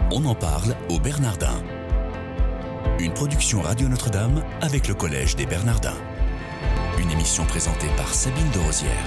On en parle aux Bernardins. Une production Radio Notre-Dame avec le Collège des Bernardins. Une émission présentée par Sabine de Rosière.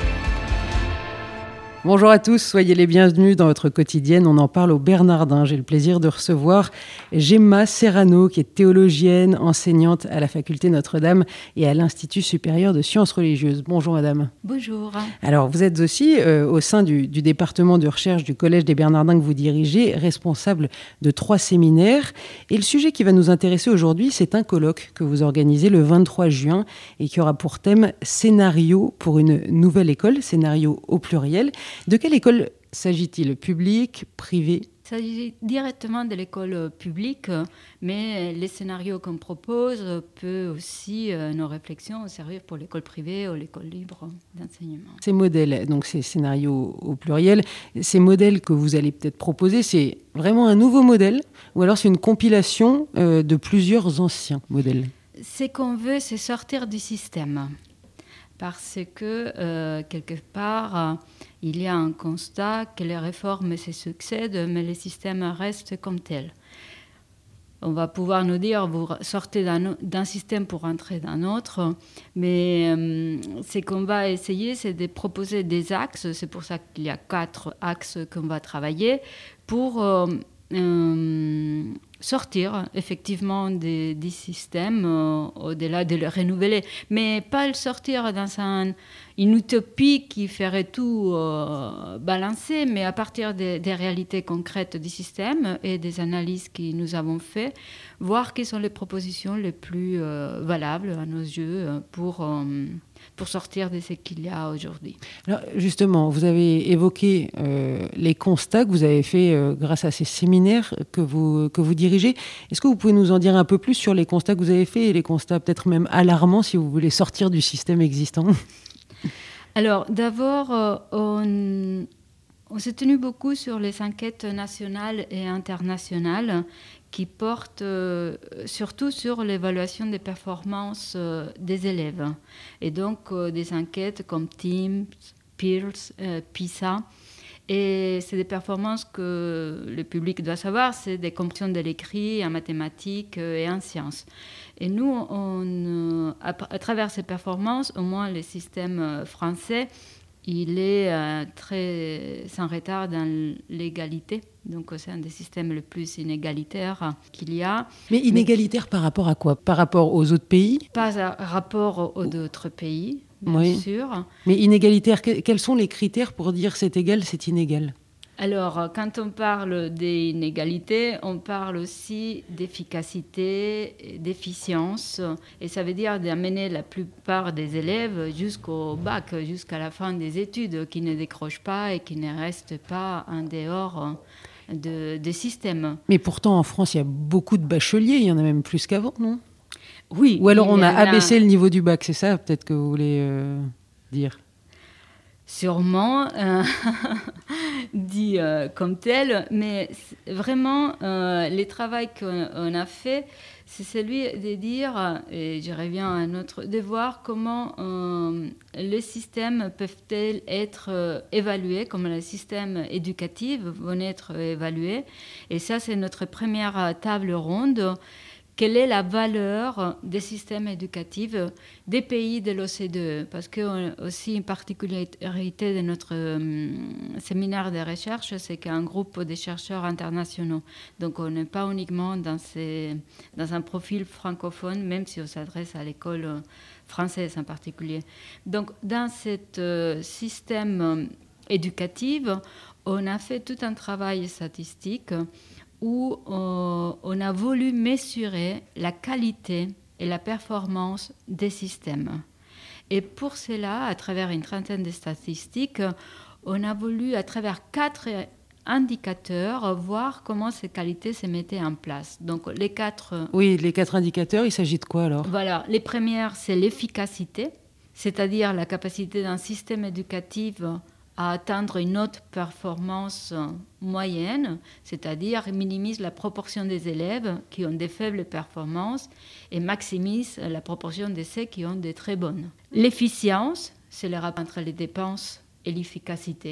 Bonjour à tous, soyez les bienvenus dans votre quotidienne. On en parle aux Bernardins. J'ai le plaisir de recevoir Gemma Serrano, qui est théologienne, enseignante à la faculté Notre-Dame et à l'Institut supérieur de sciences religieuses. Bonjour madame. Bonjour. Alors vous êtes aussi au sein du département de recherche du Collège des Bernardins que vous dirigez, responsable de 3 séminaires. Et le sujet qui va nous intéresser aujourd'hui, c'est un colloque que vous organisez le 23 juin et qui aura pour thème « Scénario pour une nouvelle école », scénario au pluriel. De quelle école s'agit-il? Public, privé? Il s'agit directement de l'école publique, mais les scénarios qu'on propose peuvent aussi, nos réflexions, servir pour l'école privée ou l'école libre d'enseignement. Ces modèles, donc ces scénarios au pluriel, ces modèles que vous allez peut-être proposer, c'est vraiment un nouveau modèle ou alors c'est une compilation de plusieurs anciens modèles? Ce qu'on veut, c'est sortir du système. Parce que, quelque part, il y a un constat que les réformes se succèdent, mais le système reste comme tel. On va pouvoir nous dire, vous sortez d'un système pour entrer dans un autre, mais ce qu'on va essayer, c'est de proposer des axes. C'est pour ça qu'il y a 4 axes qu'on va travailler pour sortir effectivement des systèmes au-delà de le renouveler, mais pas le sortir dans une utopie qui ferait tout balancer, mais à partir des réalités concrètes du système et des analyses que nous avons faites, voir quelles sont les propositions les plus valables à nos yeux pour sortir de ce qu'il y a aujourd'hui. Alors justement, vous avez évoqué les constats que vous avez faits grâce à ces séminaires que vous dirigez. Est-ce que vous pouvez nous en dire un peu plus sur les constats que vous avez faits et les constats peut-être même alarmants si vous voulez sortir du système existant? Alors d'abord, on s'est tenu beaucoup sur les enquêtes nationales et internationales qui portent surtout sur l'évaluation des performances des élèves. Et donc des enquêtes comme TIMSS, PIRLS, PISA. Et c'est des performances que le public doit savoir, c'est des compréhensions de l'écrit en mathématiques et en sciences. Et nous, à travers ces performances, au moins le système français, il est très sans retard dans l'égalité. Donc c'est un des systèmes les plus inégalitaires qu'il y a. Mais inégalitaire par rapport à quoi? Par rapport aux autres pays? Pas par rapport aux autres pays, bien sûr. Mais inégalitaire, quels sont les critères pour dire c'est égal, c'est inégal? Alors, quand on parle d'inégalité, on parle aussi d'efficacité, d'efficience. Et ça veut dire d'amener la plupart des élèves jusqu'au bac, jusqu'à la fin des études, qui ne décrochent pas et qui ne restent pas en dehors des systèmes. Mais pourtant, en France, il y a beaucoup de bacheliers. Il y en a même plus qu'avant, non? Oui. Ou alors on a abaissé le niveau du bac, c'est ça peut-être que vous voulez dire? Sûrement, dit comme tel, mais vraiment, le travail qu'on a fait, c'est celui de dire, et je reviens à notre devoir, comment les systèmes peuvent-ils être évalués, comment les systèmes éducatifs vont être évalués. Et ça, c'est notre première table ronde. Quelle est la valeur des systèmes éducatifs des pays de l'OCDE? Parce que aussi une particularité de notre séminaire de recherche, c'est qu'un groupe de chercheurs internationaux. Donc on n'est pas uniquement dans un profil francophone, même si on s'adresse à l'école française en particulier. Donc dans ce système éducatif, on a fait tout un travail statistique où on a voulu mesurer la qualité et la performance des systèmes. Et pour cela, à travers une trentaine de statistiques, on a voulu, à travers 4 indicateurs, voir comment ces qualités se mettaient en place. Donc, les 4... Oui, les 4 indicateurs, il s'agit de quoi alors? Voilà, les premières, c'est l'efficacité, c'est-à-dire la capacité d'un système éducatif à atteindre une haute performance moyenne, c'est-à-dire minimise la proportion des élèves qui ont des faibles performances et maximise la proportion de ceux qui ont des très bonnes. L'efficience, c'est le rapport entre les dépenses et l'efficacité.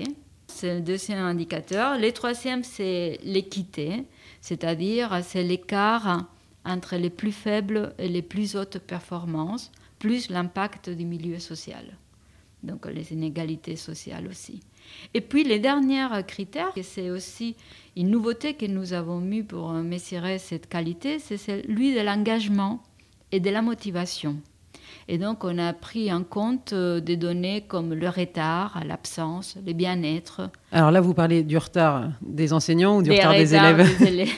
C'est le deuxième indicateur. Le troisième, c'est l'équité, c'est-à-dire c'est l'écart entre les plus faibles et les plus hautes performances, plus l'impact du milieu social. Donc les inégalités sociales aussi. Et puis les derniers critères, et c'est aussi une nouveauté que nous avons mis pour mesurer cette qualité, c'est celui de l'engagement et de la motivation. Et donc on a pris en compte des données comme le retard, l'absence, le bien-être. Alors là, vous parlez du retard des enseignants ou du retard des élèves?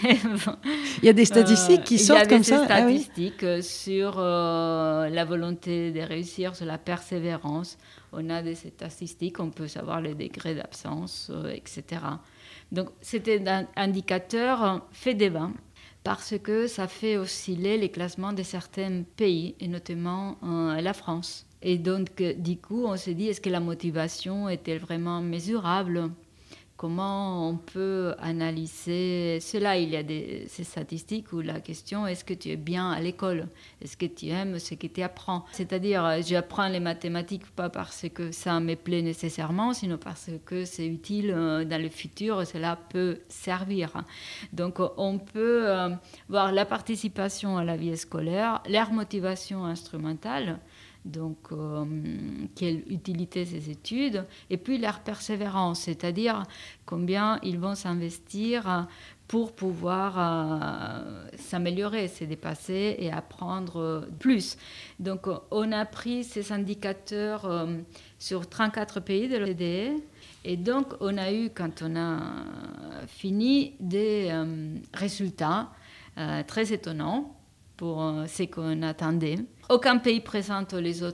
Il y a des statistiques qui sortent comme ça? Il y a des statistiques sur la volonté de réussir, sur la persévérance. On a des statistiques, on peut savoir les degrés d'absence, etc. Donc c'était un indicateur fait débat, parce que ça fait osciller les classements de certains pays, et notamment la France. Et donc, du coup, on s'est dit, est-ce que la motivation est-elle vraiment mesurable? Comment on peut analyser cela? Il y a ces statistiques où la question, est-ce que tu es bien à l'école? Est-ce que tu aimes ce que tu apprends? C'est-à-dire, j'apprends les mathématiques pas parce que ça me plaît nécessairement, sinon parce que c'est utile dans le futur, cela peut servir. Donc, on peut voir la participation à la vie scolaire, leur motivation instrumentale, donc quelle utilité ces études, et puis leur persévérance, c'est-à-dire combien ils vont s'investir pour pouvoir s'améliorer, se dépasser et apprendre plus. Donc on a pris ces indicateurs sur 34 pays de l'OCDE, et donc on a eu, quand on a fini, des résultats très étonnants pour ce qu'on attendait. Aucun pays présente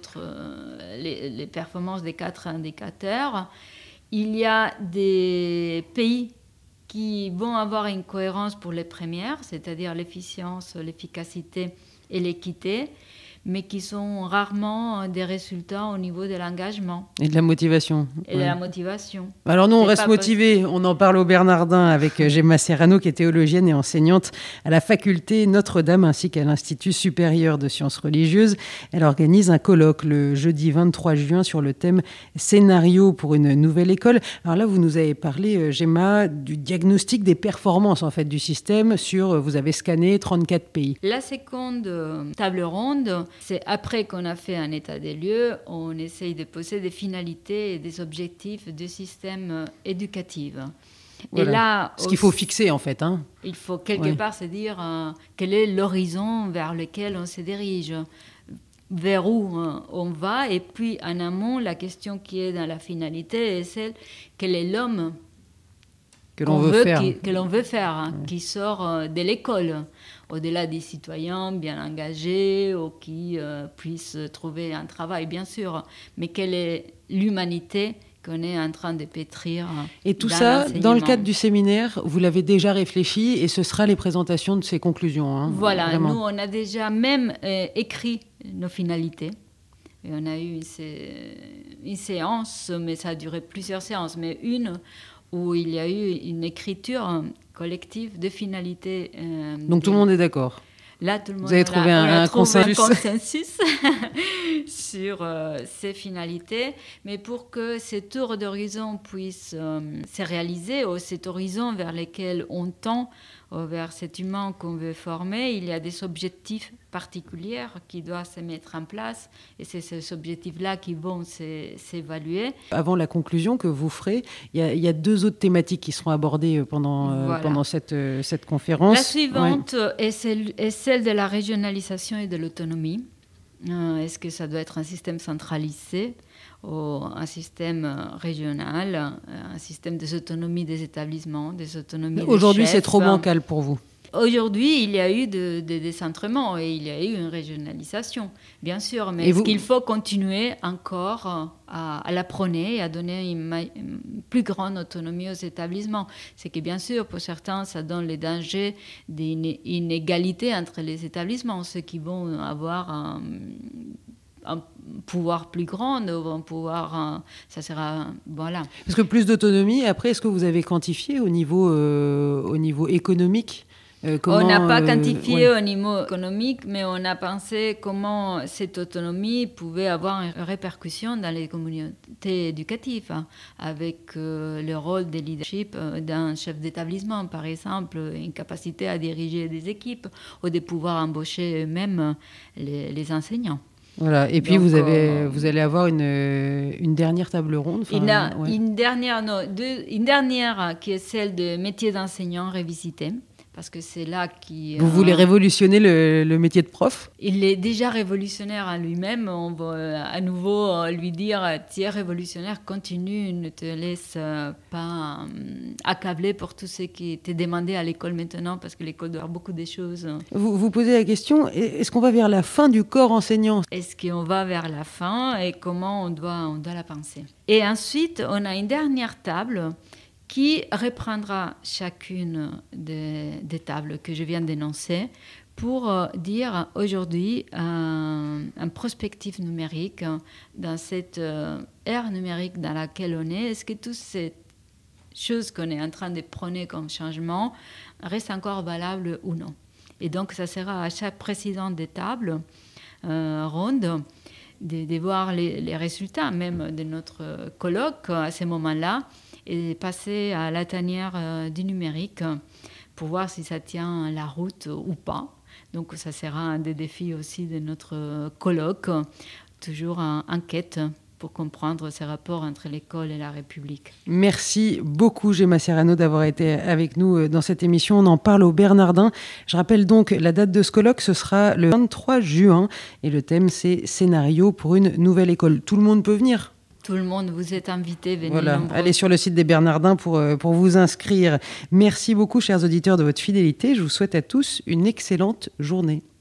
les performances des 4 indicateurs. Il y a des pays qui vont avoir une cohérence pour les premières, c'est-à-dire l'efficience, l'efficacité et l'équité, mais qui sont rarement des résultats au niveau de l'engagement. Et de la motivation. Et de la motivation. Alors nous, on reste motivés. On en parle au Bernardin avec Gemma Serrano, qui est théologienne et enseignante à la faculté Notre-Dame ainsi qu'à l'Institut supérieur de sciences religieuses. Elle organise un colloque le jeudi 23 juin sur le thème « Scénario pour une nouvelle école ». Alors là, vous nous avez parlé, Gemma, du diagnostic des performances en fait, du système sur, vous avez scanné 34 pays. La seconde table ronde, c'est après qu'on a fait un état des lieux, on essaye de poser des finalités et des objectifs du système éducatif. Voilà. Et là, ce qu'il faut fixer en fait. Hein. Il faut quelque part se dire quel est l'horizon vers lequel on se dirige, vers où on va. Et puis en amont, la question qui est dans la finalité est celle, quel est l'homme que l'on veut faire, qui sort de l'école, au-delà des citoyens bien engagés ou qui puissent trouver un travail, bien sûr, mais quelle est l'humanité qu'on est en train de pétrir. Et tout ça, dans le cadre du séminaire, vous l'avez déjà réfléchi et ce sera les présentations de ces conclusions. Hein, voilà, vraiment. Nous, on a déjà même écrit nos finalités. Et on a eu une séance, mais ça a duré plusieurs séances, mais une où il y a eu une écriture collective de finalités. Donc tout le monde est d'accord? Là, tout le monde Vous avez trouvé un consensus, sur ces finalités, mais pour que ce tour d'horizon puisse se réaliser, ou cet horizon vers lequel on tend, vers cet humain qu'on veut former, il y a des objectifs particuliers qui doivent se mettre en place, et c'est ces objectifs-là qui vont s'évaluer. Avant la conclusion que vous ferez, il y a 2 autres thématiques qui seront abordées pendant cette conférence. La suivante est celle de la régionalisation et de l'autonomie. Est-ce que ça doit être un système centralisé ou un système régional, un système des autonomies des établissements, des autonomies des chefs? Aujourd'hui, c'est trop bancal pour vous? Aujourd'hui, il y a eu des décentrements et il y a eu une régionalisation, bien sûr. Mais est-ce qu'il faut continuer encore à la prôner et à donner une plus grande autonomie aux établissements? C'est que, bien sûr, pour certains, ça donne les dangers d'une inégalité entre les établissements. Ceux qui vont avoir un pouvoir plus grand, un pouvoir, ça sera, voilà. Parce que plus d'autonomie, après, est-ce que vous avez quantifié au niveau économique On n'a pas quantifié au niveau économique, mais on a pensé comment cette autonomie pouvait avoir une répercussion dans les communautés éducatives, avec le rôle de leadership d'un chef d'établissement, par exemple, une capacité à diriger des équipes ou de pouvoir embaucher eux-mêmes les enseignants. Voilà. Et puis, donc, vous allez avoir une dernière table ronde. Une dernière qui est celle de métier d'enseignant révisité. Parce que c'est là qui... Vous voulez révolutionner le métier de prof ? Il est déjà révolutionnaire en lui-même. On va à nouveau lui dire, tu es révolutionnaire, continue, ne te laisse pas accabler pour tout ce qui t'est demandé à l'école maintenant, parce que l'école doit faire beaucoup de choses. Vous posez la question, est-ce qu'on va vers la fin du corps enseignant ? Est-ce qu'on va vers la fin et comment on doit la penser ? Et ensuite, on a une dernière table qui reprendra chacune des tables que je viens d'énoncer pour dire aujourd'hui un prospectif numérique dans cette ère numérique dans laquelle on est. Est-ce que toutes ces choses qu'on est en train de prôner comme changement restent encore valables ou non ? Et donc, ça sera à chaque président des tables rondes de voir les résultats même de notre colloque à ce moment-là, et passer à la tanière du numérique pour voir si ça tient la route ou pas. Donc ça sera un des défis aussi de notre colloque, toujours en quête pour comprendre ces rapports entre l'école et la République. Merci beaucoup Gemma Serrano d'avoir été avec nous dans cette émission. On en parle au Bernardin. Je rappelle donc la date de ce colloque, ce sera le 23 juin et le thème c'est « Scénario pour une nouvelle école ». Tout le monde peut venir ? Tout le monde, vous êtes invités, venez voilà. nombreux. Allez sur le site des Bernardins pour vous inscrire. Merci beaucoup, chers auditeurs, de votre fidélité. Je vous souhaite à tous une excellente journée.